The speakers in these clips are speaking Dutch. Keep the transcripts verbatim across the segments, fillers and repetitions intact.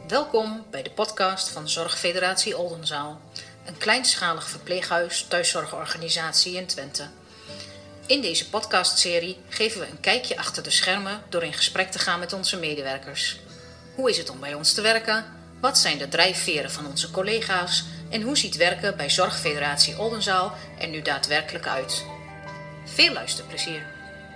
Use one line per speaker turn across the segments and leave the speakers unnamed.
Welkom bij de podcast van Zorgfederatie Oldenzaal, een kleinschalig verpleeghuis thuiszorgorganisatie in Twente. In deze podcastserie geven we een kijkje achter de schermen door in gesprek te gaan met onze medewerkers. Hoe is het om bij ons te werken? Wat zijn de drijfveren van onze collega's? En hoe ziet werken bij Zorgfederatie Oldenzaal er nu daadwerkelijk uit? Veel luisterplezier!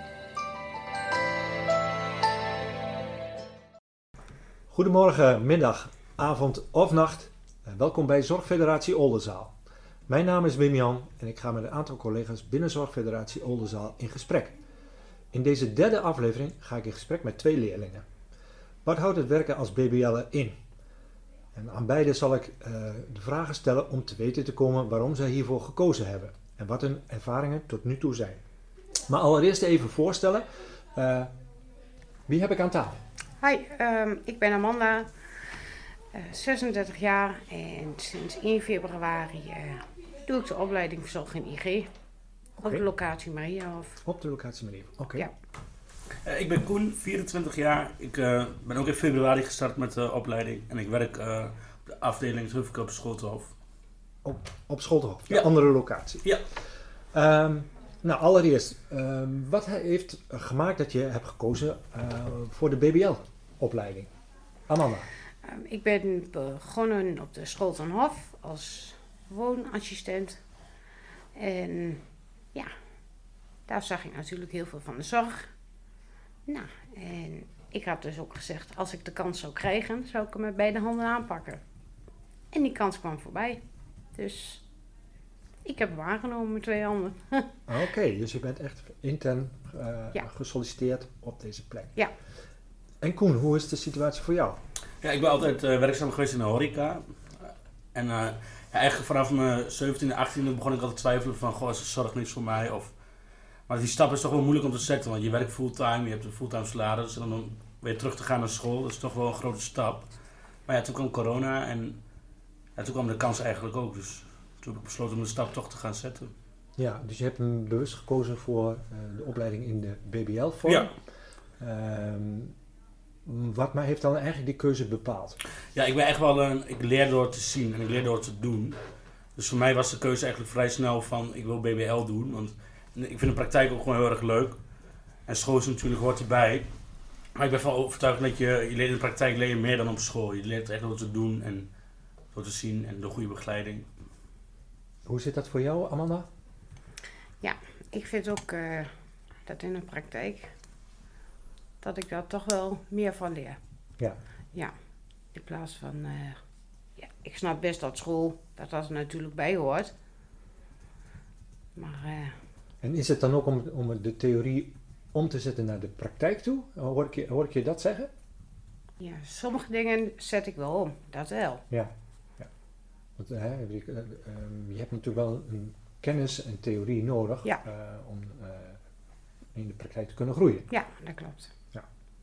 Goedemorgen, middag, avond of nacht. Welkom bij Zorgfederatie Oldenzaal. Mijn naam is Wim Jan en ik ga met een aantal collega's binnen Zorgfederatie Oldenzaal in gesprek. In deze derde aflevering ga ik in gesprek met twee leerlingen. Wat houdt het werken als B B L'er in? En aan beide zal ik uh, de vragen stellen om te weten te komen waarom zij hiervoor gekozen hebben en wat hun ervaringen tot nu toe zijn. Maar allereerst even voorstellen, uh, wie heb ik aan tafel?
Hi, um, ik ben Amanda, uh, zesendertig jaar en sinds één februari uh, doe ik de opleiding verzorg in I G okay. Op de locatie Mariahof.
Op de locatie Mariahof, oké. Okay.
Ja.
Uh, ik ben Koen, vierentwintig jaar. Ik uh, ben ook in februari gestart met de opleiding en ik werk uh, op de afdeling Hufke op Scholtenhof.
Op, op Scholtenhof, de
ja.
andere locatie.
Ja.
Um, nou, allereerst, um, wat heeft gemaakt dat je hebt gekozen uh, voor de B B L-opleiding? Amanda.
Um, ik ben begonnen op de Scholtenhof als woonassistent. En ja, daar zag ik natuurlijk heel veel van de zorg. Nou, en ik had dus ook gezegd, als ik de kans zou krijgen, zou ik hem met beide handen aanpakken. En die kans kwam voorbij. Dus ik heb hem aangenomen met twee handen.
Oké, okay, dus je bent echt intern uh,
ja.
gesolliciteerd op deze plek.
Ja.
En Koen, hoe is de situatie voor jou?
Ja, ik ben altijd uh, werkzaam geweest in de horeca. En uh, ja, eigenlijk vanaf mijn zeventiende, achttiende begon ik altijd te twijfelen van, goh, is de zorg niks voor mij? Of... Maar die stap is toch wel moeilijk om te zetten, want je werkt fulltime, je hebt een fulltime salaris en dan weer terug te gaan naar school, dat is toch wel een grote stap. Maar ja, toen kwam corona en ja, toen kwam de kans eigenlijk ook, dus toen heb ik besloten om de stap toch te gaan zetten.
Ja, dus je hebt hem bewust gekozen voor uh, de opleiding in de B B L-vorm.
Ja.
Um, wat mij heeft dan eigenlijk die keuze bepaald?
Ja, ik ben echt wel een, ik leer door te zien en ik leer door te doen. Dus voor mij was de keuze eigenlijk vrij snel van, ik wil B B L doen, want ik vind de praktijk ook gewoon heel erg leuk. En school is natuurlijk hoort erbij. Maar ik ben van overtuigd dat je, je leert in de praktijk leer je meer dan op school. Je leert echt door te doen en door te zien en door goede begeleiding.
Hoe zit dat voor jou, Amanda?
Ja, ik vind ook uh, dat in de praktijk, dat ik daar toch wel meer van leer.
Ja.
Ja, in plaats van, uh, ja, ik snap best dat school, dat dat er natuurlijk bij hoort. Maar... Uh,
en is het dan ook om, om de theorie om te zetten naar de praktijk toe? Hoor ik je, hoor ik je dat zeggen?
Ja, sommige dingen zet ik wel om, dat wel.
Ja, ja. Want, hè, je, uh, um, je hebt natuurlijk wel een kennis en theorie nodig
ja.
uh, om uh, in de praktijk te kunnen groeien.
Ja, dat klopt.
Ja.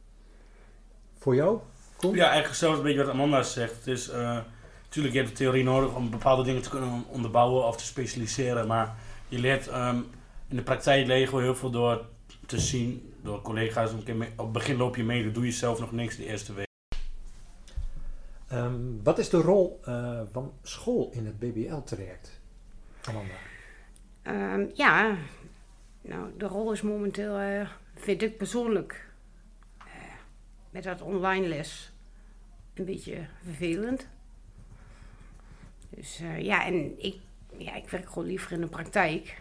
Voor jou, Koen?
Ja, eigenlijk zelfs een beetje wat Amanda zegt. Het is, uh, natuurlijk, je hebt de theorie nodig om bepaalde dingen te kunnen onderbouwen of te specialiseren, maar je leert um, in de praktijk leer je gewoon heel veel door te zien, door collega's. Een keer mee, op het begin loop je mee, dan doe je zelf nog niks de eerste week.
Um, wat is de rol uh, van school in het B B L-traject, Amanda?
Um, ja, nou, de rol is momenteel, uh, vind ik persoonlijk, uh, met dat online les, een beetje vervelend. Dus uh, ja, en ik, ja, ik werk gewoon liever in de praktijk.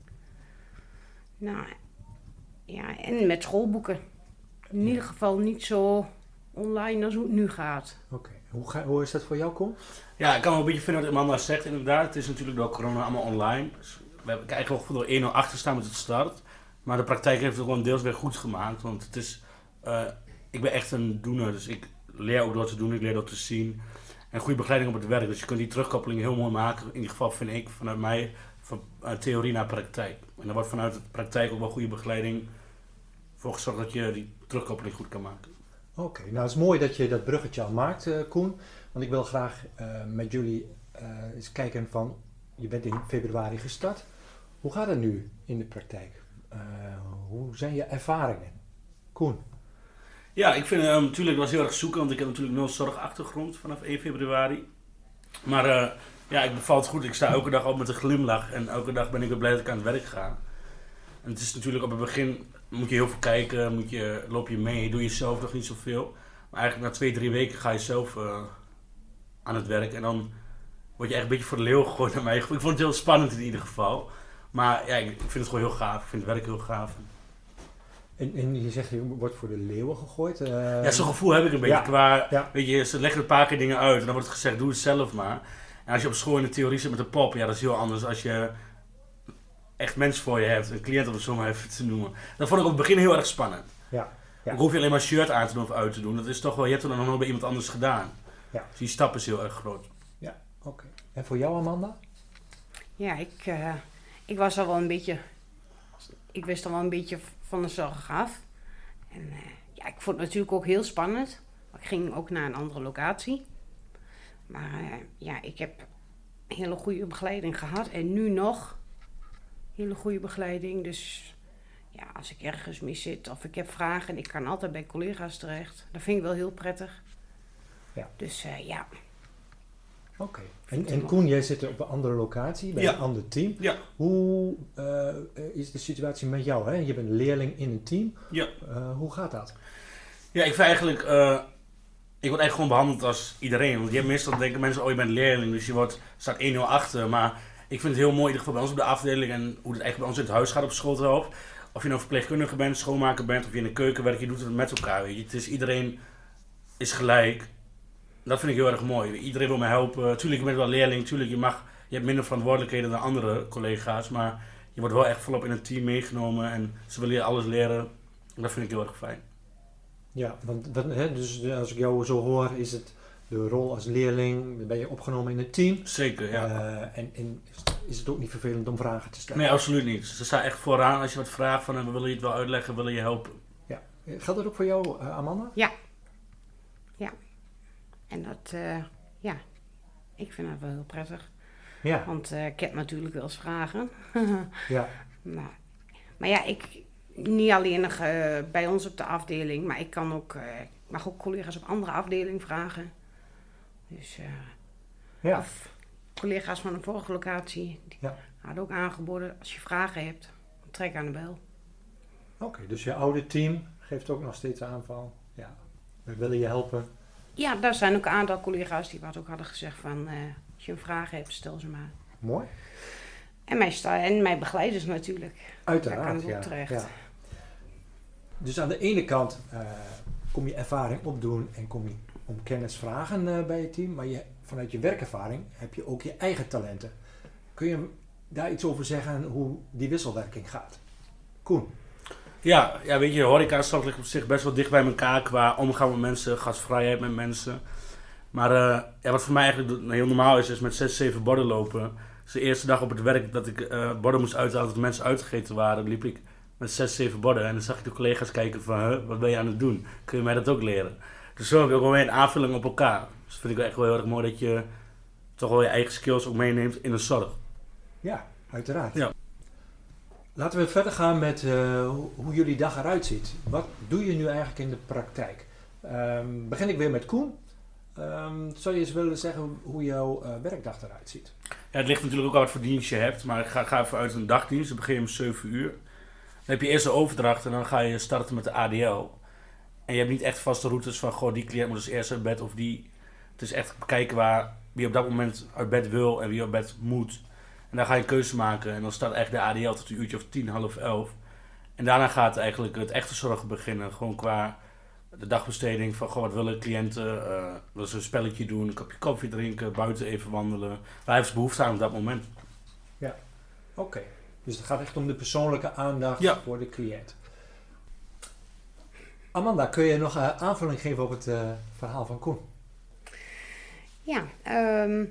Nou, ja, en met schoolboeken. In ja. ieder geval niet zo online als hoe het nu gaat.
Oké, okay. hoe, ga, hoe is dat voor jou, Koen?
Ja, ik kan wel een beetje vinden wat Amanda zegt, inderdaad. Het is natuurlijk door corona allemaal online. Dus we hebben eigenlijk wel door één nul achter staan met het start. Maar de praktijk heeft het gewoon deels weer goed gemaakt. Want het is, uh, ik ben echt een doener, dus ik leer ook door te doen, ik leer door te zien. En goede begeleiding op het werk. Dus je kunt die terugkoppeling heel mooi maken. In ieder geval vind ik, vanuit mij, van uh, theorie naar praktijk. En er wordt vanuit de praktijk ook wel goede begeleiding voor gezorgd dat je die terugkoppeling goed kan maken.
Oké, okay, nou het is mooi dat je dat bruggetje al maakt, uh, Koen. Want ik wil graag uh, met jullie uh, eens kijken van, je bent in februari gestart. Hoe gaat het nu in de praktijk? Uh, hoe zijn je ervaringen? Koen?
Ja, ik vind het natuurlijk was heel erg zoeken, want ik heb natuurlijk nul zorgachtergrond vanaf één februari. Maar uh, ja, ik bevalt het goed. Ik sta elke dag op met een glimlach en elke dag ben ik weer blij dat ik aan het werk ga. En het is natuurlijk op het begin, moet je heel veel kijken, moet je, loop je mee, doe je zelf nog niet zoveel. Maar eigenlijk na twee, drie weken ga je zelf uh, aan het werk en dan word je echt een beetje voor de leeuw gegooid naar mij. Ik vond het heel spannend in ieder geval. Maar ja, ik, ik vind het gewoon heel gaaf. Ik vind het werk heel gaaf.
En, en je zegt, je wordt voor de leeuwen gegooid? Uh,
ja, zo'n gevoel heb ik een beetje.
Ja,
qua,
ja.
Weet je, ze leggen een paar keer dingen uit en dan wordt het gezegd, doe het zelf maar. En als je op school in de theorie zit met een pop, ja, dat is heel anders als je echt mensen voor je hebt. Een cliënt om het zo maar even te noemen. Dat vond ik op het begin heel erg spannend.
Ja. Ja.
Dan hoef je alleen maar een shirt aan te doen of uit te doen. Dat is toch wel, je hebt het dan nog bij iemand anders gedaan.
Ja.
Dus die stap is heel erg groot.
Ja, oké. Okay. En voor jou, Amanda?
Ja, ik, uh, ik was al wel een beetje... Ik wist al wel een beetje van de zorg af. En uh, ja, ik vond het natuurlijk ook heel spannend. Ik ging ook naar een andere locatie. Maar uh, ja, ik heb een hele goede begeleiding gehad. En nu nog hele goede begeleiding. Dus ja, als ik ergens mee zit of ik heb vragen... ik kan altijd bij collega's terecht. Dat vind ik wel heel prettig.
Ja.
Dus uh, ja...
Oké. Okay. En, en Koen, jij zit op een andere locatie, bij
ja.
een ander team.
Ja.
Hoe uh, is de situatie met jou? Hè? Je bent een leerling in een team.
Ja.
Uh, hoe gaat dat?
Ja, ik vind eigenlijk... Uh, ik word eigenlijk gewoon behandeld als iedereen. Want je hebt meestal denken mensen, oh je bent leerling, dus je wordt, staat één nul achter. Maar ik vind het heel mooi, in ieder geval bij ons op de afdeling en hoe het eigenlijk bij ons in het huis gaat op schoolhoofd. Of je nou verpleegkundige bent, schoonmaker bent, of je in de keuken werkt, je doet het met elkaar. Weet je. Het is, iedereen is gelijk. Dat vind ik heel erg mooi. Iedereen wil me helpen. Tuurlijk, je bent wel leerling. Tuurlijk, je, mag, je hebt minder verantwoordelijkheden dan andere collega's. Maar je wordt wel echt volop in een team meegenomen. En ze willen je alles leren. Dat vind ik heel erg fijn.
Ja, want wat, hè, dus als ik jou zo hoor, is het de rol als leerling. Dan ben je opgenomen in een team.
Zeker, ja.
Uh, en, en is het ook niet vervelend om vragen te stellen?
Nee, absoluut niet. Ze staan echt vooraan als je wat vraagt van, we willen je het wel uitleggen, we willen je helpen.
Ja. Geldt dat ook voor jou, uh, Amanda?
Ja. Ja. En dat, uh, ja, ik vind dat wel heel prettig.
Ja.
Want uh, ik heb natuurlijk wel eens vragen.
Ja.
Maar, maar ja, ik, niet alleen nog uh, bij ons op de afdeling, maar ik kan ook, uh, ik mag ook collega's op andere afdelingen vragen. Dus, uh,
ja.
Of collega's van een vorige locatie, die
ja.
hadden ook aangeboden, als je vragen hebt, trek aan de bel.
Oké, okay, dus je oude team geeft ook nog steeds aan van, ja, we willen je helpen.
Ja, daar zijn ook een aantal collega's die wat ook hadden gezegd van, uh, als je een vraag hebt, stel ze maar.
Mooi.
En mijn, sta- en mijn begeleiders natuurlijk.
Uiteraard,
daar kan ik ook
ja,
terecht.
Ja. Dus aan de ene kant uh, kom je ervaring opdoen en kom je om kennis vragen uh, bij je team, maar je, vanuit je werkervaring heb je ook je eigen talenten. Kun je daar iets over zeggen hoe die wisselwerking gaat? Koen?
Ja, ja, weet je, horeca ligt op zich best wel dicht bij elkaar qua omgaan met mensen, gastvrijheid met mensen. Maar uh, ja, wat voor mij eigenlijk heel normaal is, is met zes, zeven borden lopen. Dus de eerste dag op het werk dat ik uh, borden moest uithalen dat mensen uitgegeten waren, liep ik met zes, zeven borden. En dan zag ik de collega's kijken van, huh, wat ben je aan het doen? Kun je mij dat ook leren? Dus zo heb je ook wel weer een aanvulling op elkaar. Dus dat vind ik echt wel heel erg mooi dat je toch wel je eigen skills ook meeneemt in de zorg.
Ja, uiteraard.
Ja.
Laten we verder gaan met uh, hoe jullie dag eruit ziet. Wat doe je nu eigenlijk in de praktijk? Um, begin ik weer met Koen. Um, zou je eens willen zeggen hoe jouw uh, werkdag eruit ziet?
Ja, het ligt natuurlijk ook aan wat voor dienst je hebt, maar ik ga, ga even uit een dagdienst. Dan begin je om zeven uur. Dan heb je eerst de overdracht en dan ga je starten met de A D L. En je hebt niet echt vaste routes van, goh, die cliënt moet dus eerst uit bed of die. Het is echt kijken waar, wie op dat moment uit bed wil en wie uit bed moet. En dan ga je een keuze maken en dan start eigenlijk de A D L tot een uurtje of tien, half elf. En daarna gaat eigenlijk het echte zorgen beginnen. Gewoon qua de dagbesteding van, goh, wat willen cliënten? Uh, willen ze een spelletje doen, een kopje koffie drinken, buiten even wandelen. Waar heeft ze behoefte aan op dat moment?
Ja, oké. Okay. Dus het gaat echt om de persoonlijke aandacht ja. voor de cliënt. Amanda, kun je nog uh, aanvulling geven op het uh, verhaal van Koen?
Ja, um,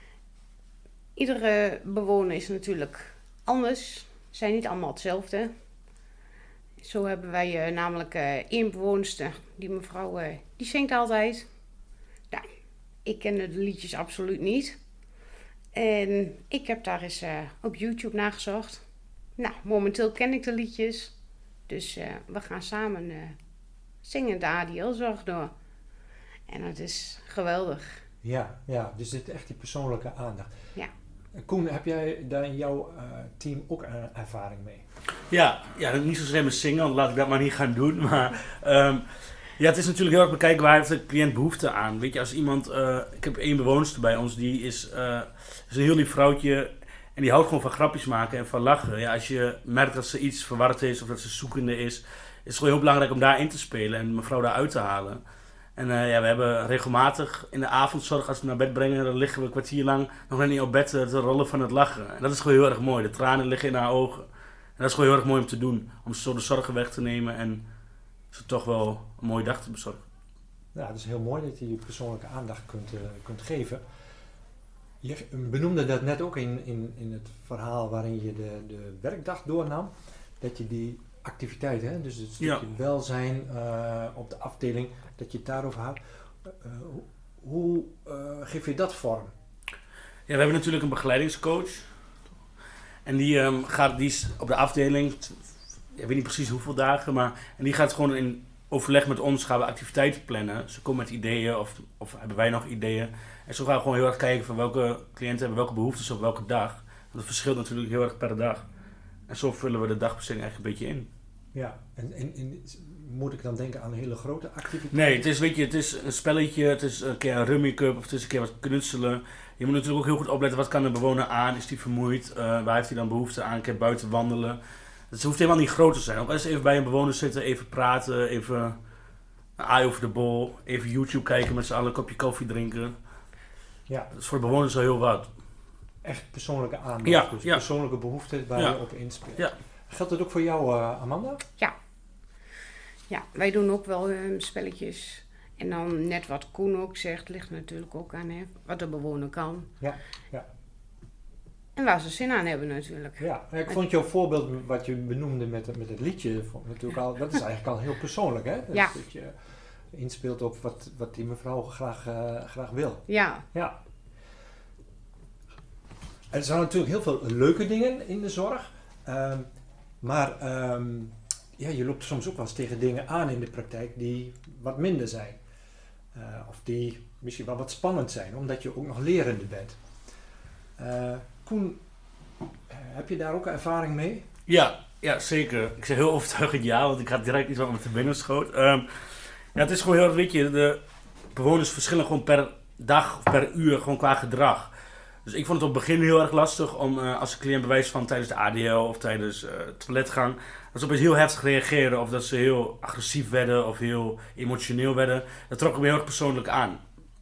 iedere bewoner is natuurlijk anders. Ze zijn niet allemaal hetzelfde. Zo hebben wij uh, namelijk uh, één bewoonster, die mevrouw, uh, die zingt altijd. Nou, ik kende de liedjes absoluut niet. En ik heb daar eens uh, op YouTube nagezocht. Nou, momenteel ken ik de liedjes. Dus uh, we gaan samen uh, zingend A D L-zorg door. En dat is geweldig.
Ja, ja, dus dit is echt die persoonlijke aandacht.
Ja.
Koen, heb jij daar in jouw uh, team ook uh, ervaring mee?
Ja, ja, niet zozeer met zingen, want laat ik dat maar niet gaan doen. Maar um, ja, het is natuurlijk heel erg bekijken waar heeft de cliënt behoefte aan. Weet je, als iemand, uh, ik heb één bewoonster bij ons, die is, uh, is een heel lief vrouwtje en die houdt gewoon van grapjes maken en van lachen. Ja, als je merkt dat ze iets verward is of dat ze zoekende is, is het gewoon heel belangrijk om daar in te spelen en mevrouw daar uit te halen. En uh, ja, we hebben regelmatig in de avondzorg, als we naar bed brengen, dan liggen we een kwartier lang nog net niet op bed te rollen van het lachen. En dat is gewoon heel erg mooi. De tranen liggen in haar ogen. En dat is gewoon heel erg mooi om te doen. Om zo de zorgen weg te nemen en ze toch wel een mooie dag te bezorgen.
Ja, het is heel mooi dat je die persoonlijke aandacht kunt, uh, kunt geven. Je benoemde dat net ook in, in, in het verhaal waarin je de, de werkdag doornam. Dat je die activiteit, hè, dus het stukje ja. welzijn uh, op de afdeling, dat je het daarover had. Uh, hoe hoe uh, geef je dat vorm?
Ja, we hebben natuurlijk een begeleidingscoach. En die, um, gaat, die is op de afdeling, ik weet niet precies hoeveel dagen, maar en die gaat gewoon in overleg met ons, gaan we activiteiten plannen. Ze komen met ideeën of, of hebben wij nog ideeën. En zo gaan we gewoon heel erg kijken van welke cliënten hebben welke behoeftes op welke dag. Want dat verschilt natuurlijk heel erg per dag. En zo vullen we de dagbesteding eigenlijk een beetje in.
Ja, en, en, en moet ik dan denken aan een hele grote activiteit?
Nee, het is, weet je, het is een spelletje, het is een keer een rummy cup of het is een keer wat knutselen. Je moet natuurlijk ook heel goed opletten, wat kan de bewoner aan? Is die vermoeid? Uh, waar heeft hij dan behoefte aan? Een keer buiten wandelen. Het hoeft helemaal niet groot te zijn. Ook eens even bij een bewoner zitten, even praten, even een eye over de bol, even YouTube kijken met z'n allen, een kopje koffie drinken.
Ja.
Dat is voor de bewoners al heel wat.
Echt persoonlijke aandacht,
ja,
dus
ja.
persoonlijke behoeften waar
ja.
je op inspeelt.
Ja.
Geldt dat ook voor jou, uh, Amanda?
Ja. Ja, wij doen ook wel uh, spelletjes. En dan net wat Koen ook zegt, ligt natuurlijk ook aan hè, wat de bewoner kan.
Ja, ja.
En waar ze zin aan hebben natuurlijk.
Ja, ik vond jouw voorbeeld wat je benoemde met, met het liedje, vond natuurlijk al, dat is eigenlijk al heel persoonlijk, hè? Dus
ja.
dat je inspeelt op wat, wat die mevrouw graag, uh, graag wil.
Ja.
Ja. Er zijn natuurlijk heel veel leuke dingen in de zorg, um, maar um, ja, je loopt soms ook wel eens tegen dingen aan in de praktijk die wat minder zijn. Uh, of die misschien wel wat spannend zijn, omdat je ook nog lerende bent. Uh, Koen, heb je daar ook ervaring mee?
Ja, ja, zeker. Ik zeg heel overtuigend ja, want ik had direct iets wat me te binnen schoot. Um, ja, het is gewoon heel erg, weet je, de bewoners verschillen gewoon per dag of per uur gewoon qua gedrag. Dus ik vond het op het begin heel erg lastig om, uh, als een cliënt bewijs van tijdens de A D L of tijdens uh, toiletgang, dat ze opeens heel heftig reageerden of dat ze heel agressief werden of heel emotioneel werden. Dat trok me heel erg persoonlijk aan.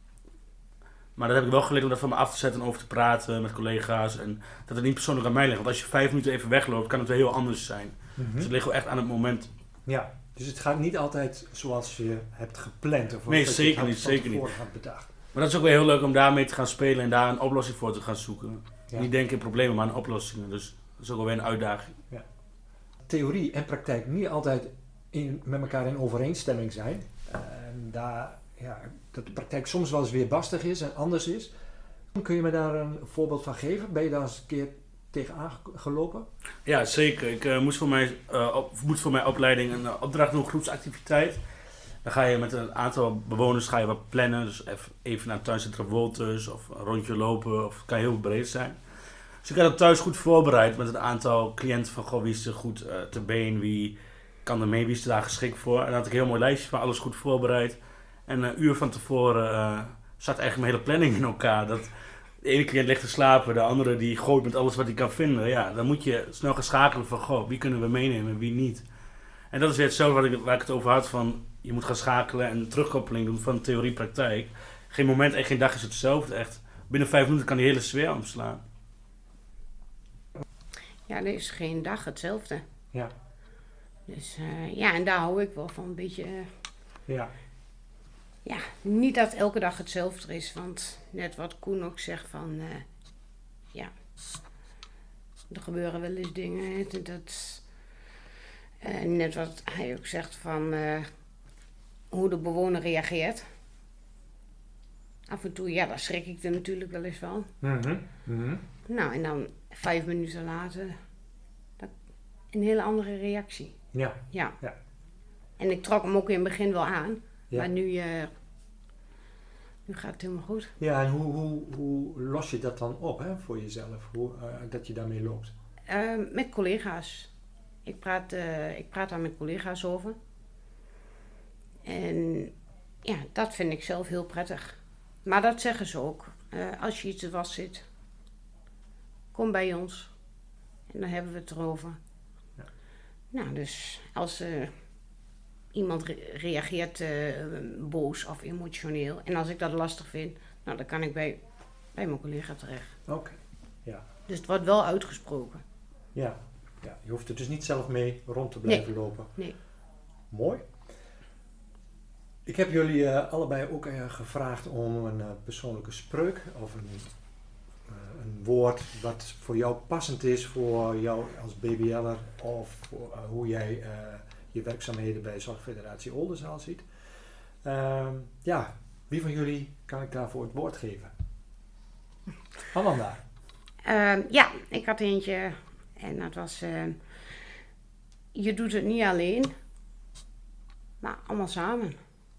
Maar dat heb ik wel geleerd om dat van me af te zetten en over te praten met collega's. En dat het niet persoonlijk aan mij ligt. Want als je vijf minuten even wegloopt, kan het wel heel anders zijn. Mm-hmm. Dus het ligt wel echt aan het moment.
Ja, dus het gaat niet altijd zoals je hebt gepland. Of
nee,
dat
zeker
je
niet. Zeker niet.
Had bedacht.
Maar dat is ook wel heel leuk om daarmee te gaan spelen en daar een oplossing voor te gaan zoeken. Ja. Niet denken in problemen, maar in oplossingen. Dus dat is ook wel weer een uitdaging.
Ja. Theorie en praktijk niet altijd in, met elkaar in overeenstemming zijn. En daar... Ja, dat de praktijk soms wel eens weer bastig is en anders is. Kun je me daar een voorbeeld van geven? Ben je daar eens een keer tegenaan gelopen?
Ja, zeker. Ik uh, moest, voor mij, uh, op, moest voor mijn opleiding een uh, opdracht doen, een groepsactiviteit. Dan ga je met een aantal bewoners ga je wat plannen. Dus even, even naar het tuincentrum Wolters of een rondje lopen. Of het kan heel breed zijn. Dus ik had het thuis goed voorbereid met een aantal cliënten van goh, wie is er goed uh, te been, wie kan er mee, wie is er daar geschikt voor. En dan had ik een heel mooi lijstje van alles goed voorbereid. En een uur van tevoren uh, zat eigenlijk mijn hele planning in elkaar. Dat de ene cliënt ligt te slapen, de andere die gooit met alles wat hij kan vinden. Ja, dan moet je snel gaan schakelen van, goh, wie kunnen we meenemen en wie niet. En dat is weer hetzelfde waar ik, waar ik het over had van, je moet gaan schakelen en terugkoppeling doen van theorie-praktijk. Geen moment en geen dag is hetzelfde, echt. Binnen vijf minuten kan die hele sfeer omslaan.
Ja, er is geen dag hetzelfde.
Ja.
Dus uh, ja, en daar hou ik wel van, een beetje... Uh,
ja.
Ja, niet dat elke dag hetzelfde is, want net wat Koen ook zegt van, uh, ja, er gebeuren wel eens dingen. Dat, uh, net wat hij ook zegt van uh, hoe de bewoner reageert. Af en toe, ja, daar schrik ik er natuurlijk wel eens van.
Mm-hmm. Mm-hmm.
Nou, en dan vijf minuten later, dat, een hele andere reactie.
Ja.
Ja.
ja.
En ik trok hem ook in het begin wel aan.
Ja.
Maar nu, uh, nu gaat het helemaal goed.
Ja, en hoe, hoe, hoe los je dat dan op hè, voor jezelf? Hoe, uh, dat je daarmee loopt?
Uh, met collega's. Ik praat, uh, ik praat daar met collega's over. En ja, dat vind ik zelf heel prettig. Maar dat zeggen ze ook. Uh, als je iets te was zit, kom bij ons. En dan hebben we het erover. Ja. Nou, dus als uh, iemand re- reageert uh, boos of emotioneel. En als ik dat lastig vind, nou, dan kan ik bij, bij mijn collega terecht.
Oké, okay. Ja.
Dus het wordt wel uitgesproken.
Ja. Ja, je hoeft er dus niet zelf mee rond te blijven
nee.
lopen.
Nee.
Mooi. Ik heb jullie uh, allebei ook uh, gevraagd om een uh, persoonlijke spreuk of een, uh, een woord wat voor jou passend is voor jou als B B L'er of voor, uh, hoe jij uh, je werkzaamheden bij Zorgfederatie Oldenzaal ziet. Uh, ja, wie van jullie kan ik daarvoor het woord geven? Amanda.
Uh, ja, ik had eentje en dat was, uh, je doet het niet alleen, maar allemaal samen.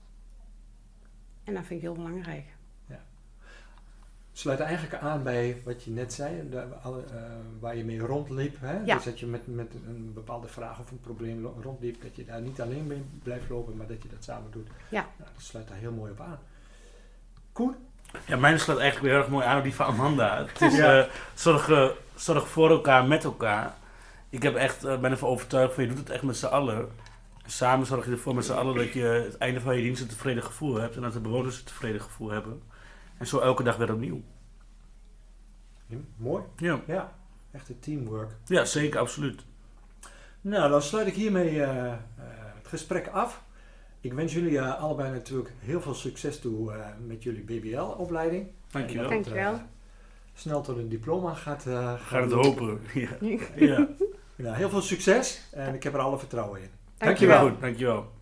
En dat vind ik heel belangrijk.
Ja. Sluit eigenlijk aan bij wat je net zei, de, alle, uh, waar je mee rondliep. Hè?
Ja.
Dus dat je met, met een bepaalde vraag of een probleem lo- rondliep, dat je daar niet alleen mee blijft lopen, maar dat je dat samen doet.
Ja.
Nou, dat sluit daar heel mooi op aan. Koen?
Ja, mijn sluit eigenlijk weer heel erg mooi aan op die van Amanda. Het is ja. uh, zorg, uh, zorg voor elkaar, met elkaar. Ik heb echt, uh, ben ervan overtuigd van je doet het echt met z'n allen. Samen zorg je ervoor met z'n allen dat je het einde van je dienst een tevreden gevoel hebt. En dat de bewoners een tevreden gevoel hebben. En zo elke dag weer opnieuw.
Ja, mooi.
Ja.
Ja, echt een teamwork.
Ja, zeker, absoluut.
Nou, dan sluit ik hiermee uh, uh, het gesprek af. Ik wens jullie uh, allebei natuurlijk heel veel succes toe uh, met jullie B B L-opleiding.
Dankjewel.
En dat het, uh,
Dankjewel.
snel tot een diploma gaat. Uh,
Ga het hopen. Ja. Ja.
Nou, heel veel succes en ik heb er alle vertrouwen in.
Dankjewel.
Dankjewel. Dankjewel.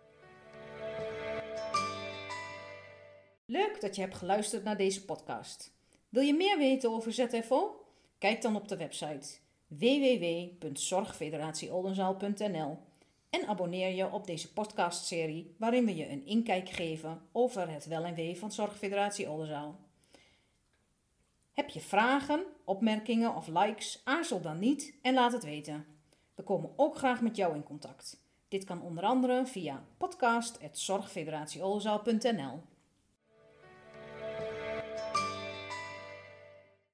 Leuk dat je hebt geluisterd naar deze podcast. Wil je meer weten over Z F O? Kijk dan op de website w w w punt zorgfederatie oldenzaal punt n l en abonneer je op deze podcastserie waarin we je een inkijk geven over het wel en wee van Zorgfederatie Oldenzaal. Heb je vragen, opmerkingen of likes? Aarzel dan niet en laat het weten. We komen ook graag met jou in contact. Dit kan onder andere via podcast apenstaartje zorgfederatie oldenzaal punt n l.